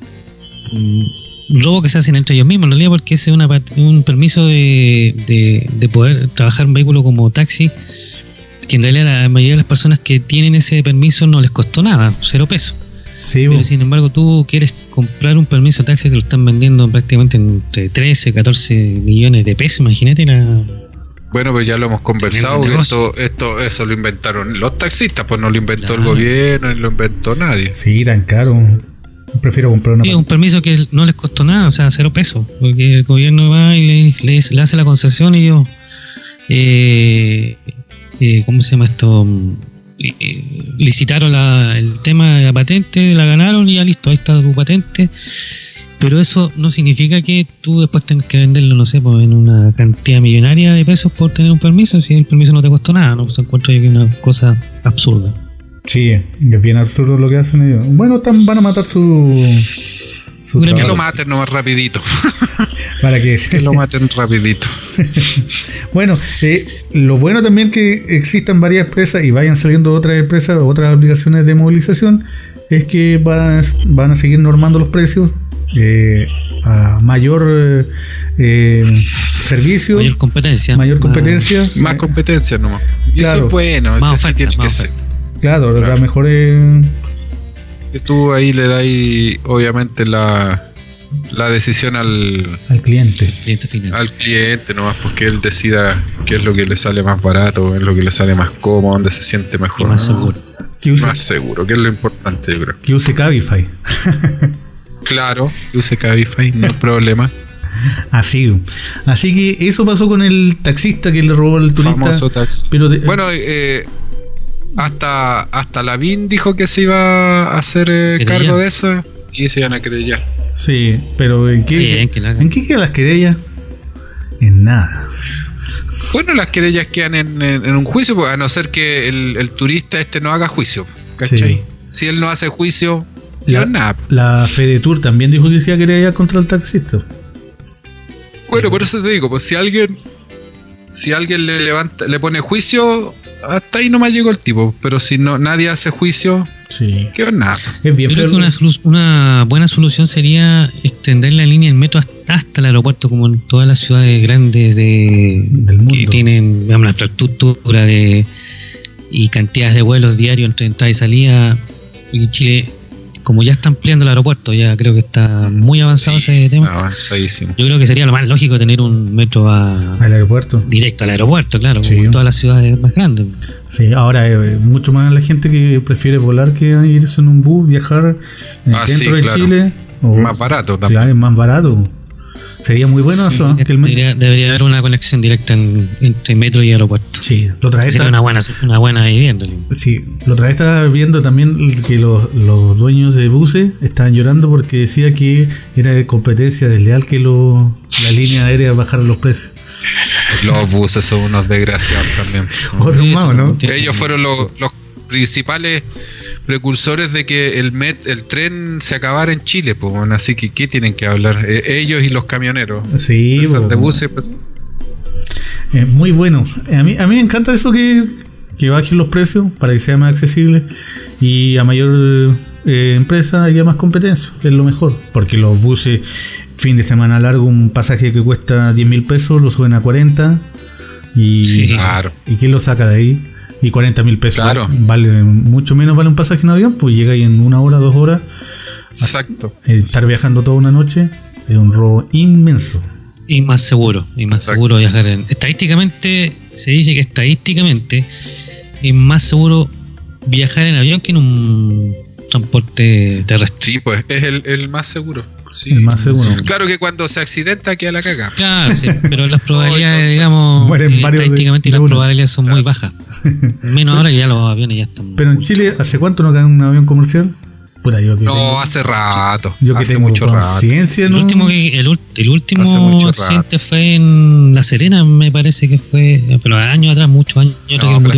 robo que se hacen entre ellos mismos, en realidad, porque ese es un permiso de poder trabajar un vehículo como taxi, que en realidad la mayoría de las personas que tienen ese permiso no les costó nada, 0 pesos. Sí, pero sin embargo tú quieres comprar un permiso de taxi, te lo están vendiendo prácticamente entre 13, 14 millones de pesos, imagínate Bueno, pues ya lo hemos conversado, que eso lo inventaron los taxistas, pues no lo inventó el gobierno, ni lo inventó nadie. Sí, tan caro. Prefiero comprar un permiso que no les costó nada, o sea, 0 pesos, porque el gobierno va y le hace la concesión y ellos, ¿cómo se llama esto? Licitaron el tema de la patente, la ganaron y ya listo, ahí está tu patente. Pero eso no significa que tú después tengas que venderlo, no sé, pues en una cantidad millonaria de pesos por tener un permiso, si el permiso no te costó nada, ¿no? Pues encuentro yo que es una cosa absurda. Sí, es bien absurdo lo que hacen ellos. Bueno, van a matar su que lo maten nomás rapidito. Para que lo maten rapidito. Bueno, lo bueno también que existan varias empresas y vayan saliendo otras empresas, otras aplicaciones de movilización, es que van a seguir normando los precios a mayor servicio, mayor competencia, más competencia nomás. Y claro, eso es bueno, más eso oferta, tiene que ser. Claro, la mejor que tú ahí le das obviamente la decisión al cliente final. Al cliente nomás, porque él decida qué es lo que le sale más barato, qué es lo que le sale más cómodo, dónde se siente mejor, más seguro. Más seguro, que es lo importante, yo creo. Que use Cabify. Claro, que use Cabify, no hay problema. Así que eso pasó con el taxista que le robó al turista. Famoso taxi. Pero bueno, hasta Lavín dijo que se iba a hacer cargo de eso y se iban a querellar. Sí, pero ¿en qué quedan las querellas? En nada. Bueno, las querellas quedan en un juicio, a no ser que el turista no haga juicio, ¿cachai? Si él no hace juicio, yo nada. La FedeTour también dijo que decía que quería ir contra el taxista. Bueno, por eso te digo, pues si alguien le pone juicio, hasta ahí nomás llegó el tipo. Pero si no nadie hace juicio, Sí. ¿qué nada? Es bien Yo creo feo. que una buena solución sería extender la línea del metro hasta el aeropuerto, como en todas las ciudades grandes Del mundo. que tienen, digamos, la infraestructura y cantidades de vuelos diarios entre entrada y salida. Y Chile, como ya está ampliando el aeropuerto, ya creo que está muy avanzado ese tema. Avanzadísimo. Yo creo que sería lo más lógico tener un metro Al aeropuerto. directo al aeropuerto, claro, Sí. como en todas las ciudades más grandes. Sí, ahora mucho más la gente que prefiere volar que irse en un bus, viajar dentro sí, de claro. Chile. Más barato también. Claro, es más barato. Sería muy bueno Sí, eso, ¿eh? Que el debería haber una conexión directa entre metro y aeropuerto. Sí, lo otra vez Sería una buena idea en realidad. Sí, la otra vez estaba viendo también que los dueños de buses estaban llorando porque decía que era competencia desleal que la línea aérea bajara los precios. Los buses son unos desgraciados también. Otros más, ¿no? Ellos fueron los principales precursores de que el tren se acabara en Chile, pues, bueno, así que ¿qué tienen que hablar? Ellos y los camioneros. Sí, Empresas de buses, pues, muy bueno. A mí me encanta eso que bajen los precios para que sea más accesible y a mayor empresa haya más competencia. Es lo mejor. Porque los buses, fin de semana largo, un pasaje que cuesta 10.000 pesos, lo suben a 40. Y, Sí. claro. ¿Y quién lo saca de ahí? Y 40.000 pesos. Claro. Vale, mucho menos vale un pasaje en avión, pues llega ahí en 1 hora, 2 horas. Exacto. Estar viajando toda una noche es un robo inmenso. Y más seguro Exacto. viajar estadísticamente, se dice que estadísticamente es más seguro viajar en avión que en un transporte terrestre. Sí, pues es el más seguro. Sí. El más seguro. Claro que cuando se accidenta queda la caga. Claro, sí, pero las probabilidades, digamos, Mueren varios estadísticamente de las uno. probabilidades son muy bajas. Menos ahora que ya los aviones ya están. Pero en Chile, ¿hace cuánto no cae un avión comercial? Puta, yo que No, tengo, hace rato. yo que hace tengo mucho rato. conciencia, El ¿no? último, Hace último mucho accidente fue en La Serena, me parece que fue, pero años atrás, muchos años, No, que pero murió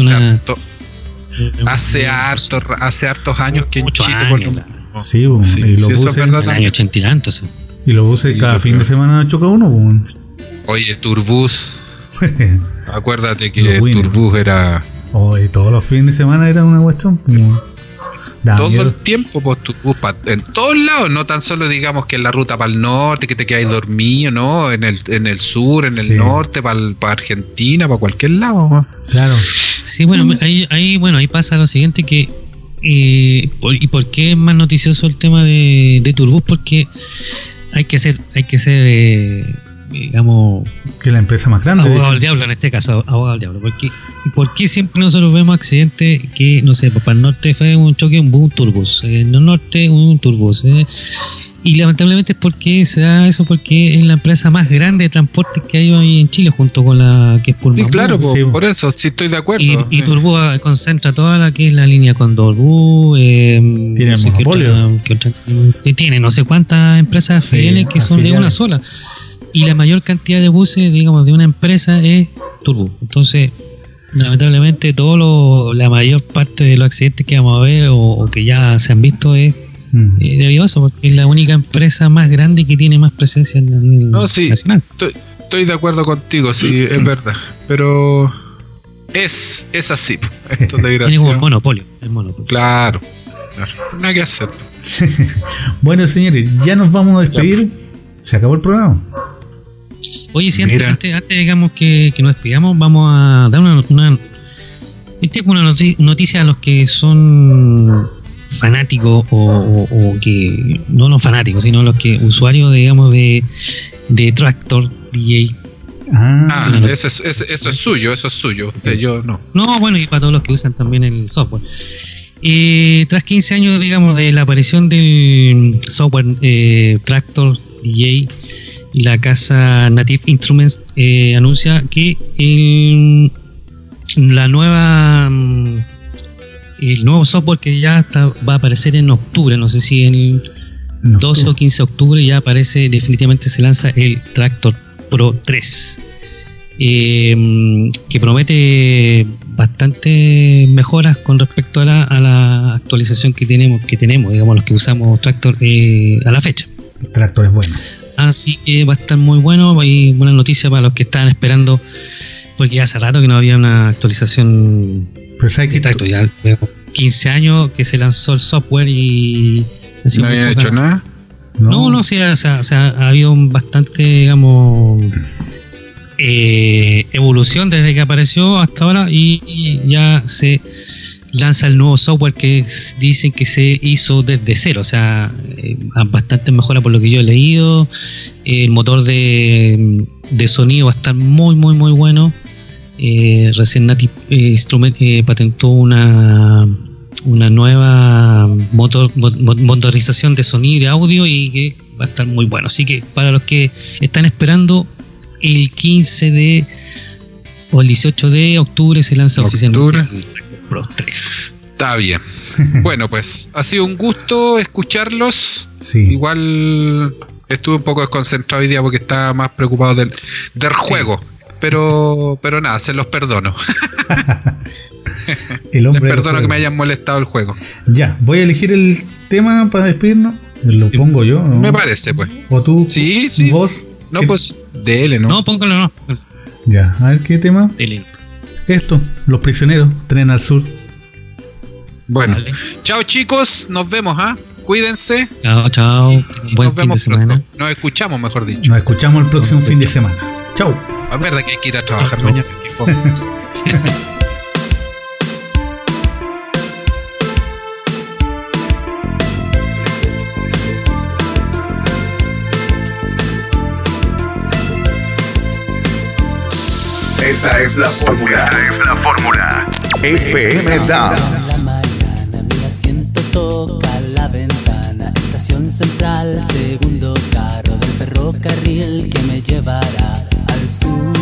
hace hartos años que en Muchos Chile años, por lo claro. menos. Sí, bo, Sí, y los sí, eso es buses, verdad. en el año 80 y tantos. Sí. y los buses Sí, cada yo fin creo. de semana choca uno, bo. Oye, Turbus, acuérdate que Los Winner. Turbus era Oye, todos los fines de semana era una cuestión como da todo miedo. el tiempo, pues Turbus en todos lados, no tan solo digamos que en la ruta para el norte, que te quedáis dormido, no, en el sur, en el Sí. norte, para Argentina, para cualquier lado. ¿no? Claro. Sí, bueno, ahí pasa lo siguiente que ¿y por qué es más noticioso el tema de Turbus? Porque hay que ser digamos, Que la empresa más grande. abogado del dice. diablo en este caso, abogado del diablo. ¿Por qué siempre nosotros vemos accidentes que, no sé, para el norte fue un choque, un turbus, en el norte un turbus? Y lamentablemente es porque se da eso, porque es la empresa más grande de transporte que hay hoy en Chile, junto con la que es Pullman. Sí, claro, Sí. por eso, sí estoy de acuerdo. Y Turbus concentra toda la que es la línea Condorbus. Tiene no sé qué monopolio. tiene no sé cuántas empresas Sí, filiales que son de afiliadas. una sola. Y la mayor cantidad de buses, digamos, de una empresa es Turbus. Entonces, lamentablemente, la mayor parte de los accidentes que vamos a ver o que ya se han visto es debido a eso, porque es la única empresa más grande que tiene más presencia en la nivel No, sí. nacional. Estoy de acuerdo contigo, sí, es verdad. Pero es así, esto es Tiene como el desgraciado. monopolio. Claro, nada que hacer. Bueno, señores, ya nos vamos a despedir. Se acabó el programa. Oye, si Mira. antes digamos que nos despidamos, vamos a dar una noticia a los que son fanáticos o que no fanáticos, sino los que usuarios, digamos, de Tractor DJ. Ah, Bueno, eso es suyo, yo no. No, bueno, y para todos los que usan también el software. Tras 15 años, digamos, de la aparición del software Tractor DJ, la casa Native Instruments anuncia que el nuevo software que ya va a aparecer en octubre, no sé si el 12 o 15 de octubre ya aparece, definitivamente se lanza el Tractor Pro 3. que promete bastante mejoras con respecto a la actualización que tenemos, digamos, los que usamos Tractor a la fecha. Tractor es bueno. Así que va a estar muy bueno. Hay buena noticia para los que estaban esperando, porque hace rato que no había una actualización. Pero sabes que Tractor, ya 15 años que se lanzó el software y no habían hecho nada. No, sí, o sea, ha habido bastante, digamos, evolución desde que apareció hasta ahora, y ya se lanza el nuevo software que dicen que se hizo desde cero, o sea, bastante mejora por lo que yo he leído. El motor de sonido va a estar muy bueno. Recién Native Instrument patentó una nueva motorización de sonido y de audio, y que va a estar muy bueno. Así que para los que están esperando, el 15 o el 18 de octubre se lanza oficialmente el Pro 3. Está bien. Bueno, pues ha sido un gusto escucharlos. Sí. Igual estuve un poco desconcentrado hoy día porque estaba más preocupado del juego. Pero nada, se los perdono. El hombre les perdono que me hayan molestado el juego. Ya, voy a elegir el tema para despedirnos. Lo pongo yo, ¿no? Me parece, pues. ¿O tú? Sí. ¿Vos? No, ¿Qué? pues, dele, ¿no? No, póngalo, no. Ya, a ver qué tema. Dele. Esto, Los Prisioneros, Tren al Sur. Bueno, Vale. Chao chicos, nos vemos, ¿ah? Cuídense. Chao. Y Buen nos fin de vemos semana. pronto. Nos escuchamos, mejor dicho. Nos escuchamos el próximo fin de semana. Chau. Es verdad que hay que ir a trabajar Chao. mañana. Qué fome. Esta es la fórmula. FM Dance. La mañana, mi asiento toca la ventana. Estación central, segundo carro del ferrocarril que me llevará al sur.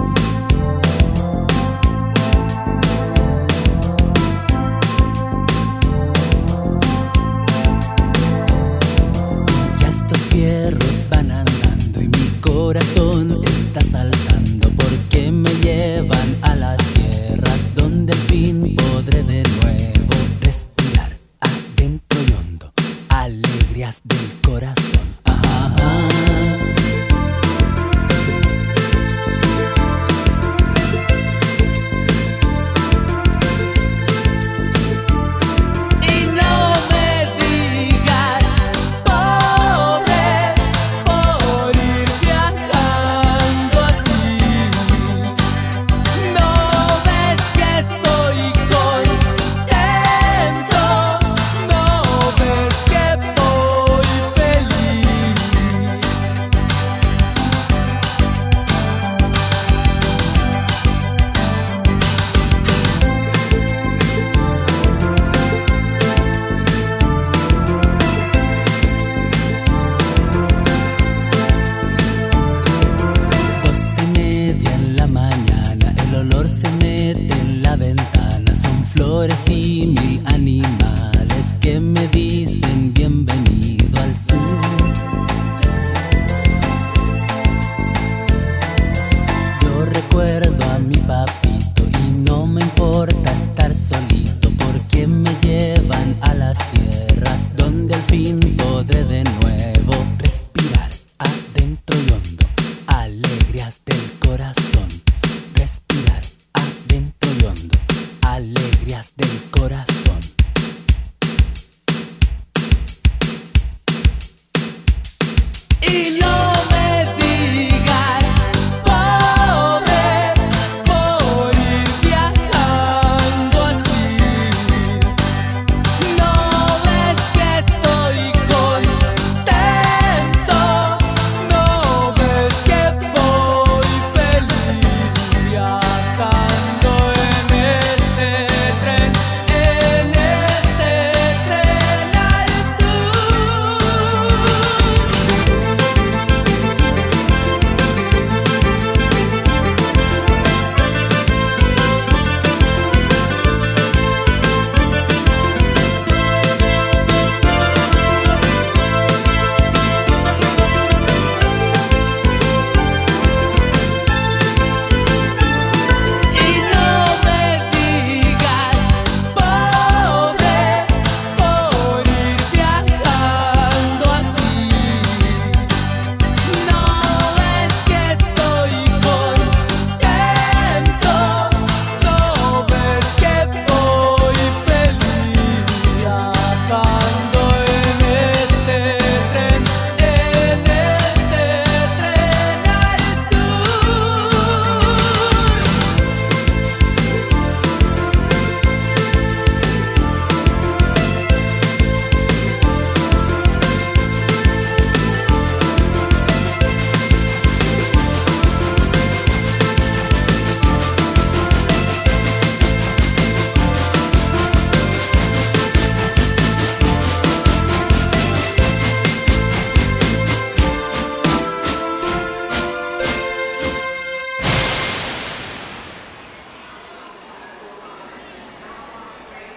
Ya estos fierros van andando y mi corazón está saltando, porque me llevan a las tierras donde al fin podré de nuevo respirar adentro y hondo, alegrías del corazón. Ajá. Y no me digas, pobre, por ir viajando así. No ves que estoy contento, no ves que voy feliz. Doce y media en la mañana, el olor se mete en la ventana. Son flores y mil animales que me dicen bienvenido al sur. Yo recuerdo a mi papito y no me importa estar solito, porque me llevan a las tierras donde al fin podré de nuevo respirar adentro y hondo, alegrías del corazón. Respirar adentro y hondo, alegrías del corazón. Y no me digas, pobre, por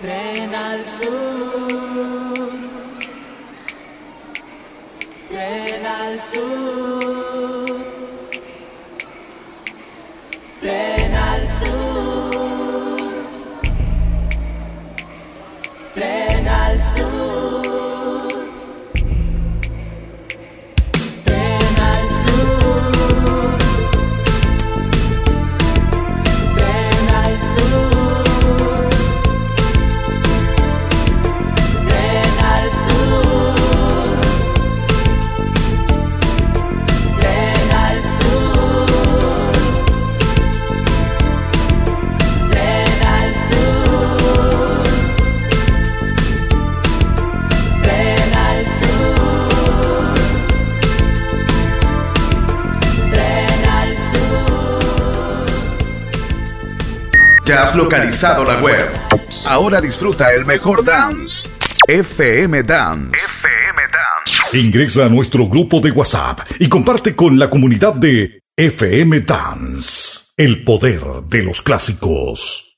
Tren al sur, tren al sur, tren al sur, tren al sur, tren al sur, tren al sur. Ya has localizado la web. Ahora disfruta el mejor dance. FM Dance. FM Dance. Ingresa a nuestro grupo de WhatsApp y comparte con la comunidad de FM Dance. El poder de los clásicos.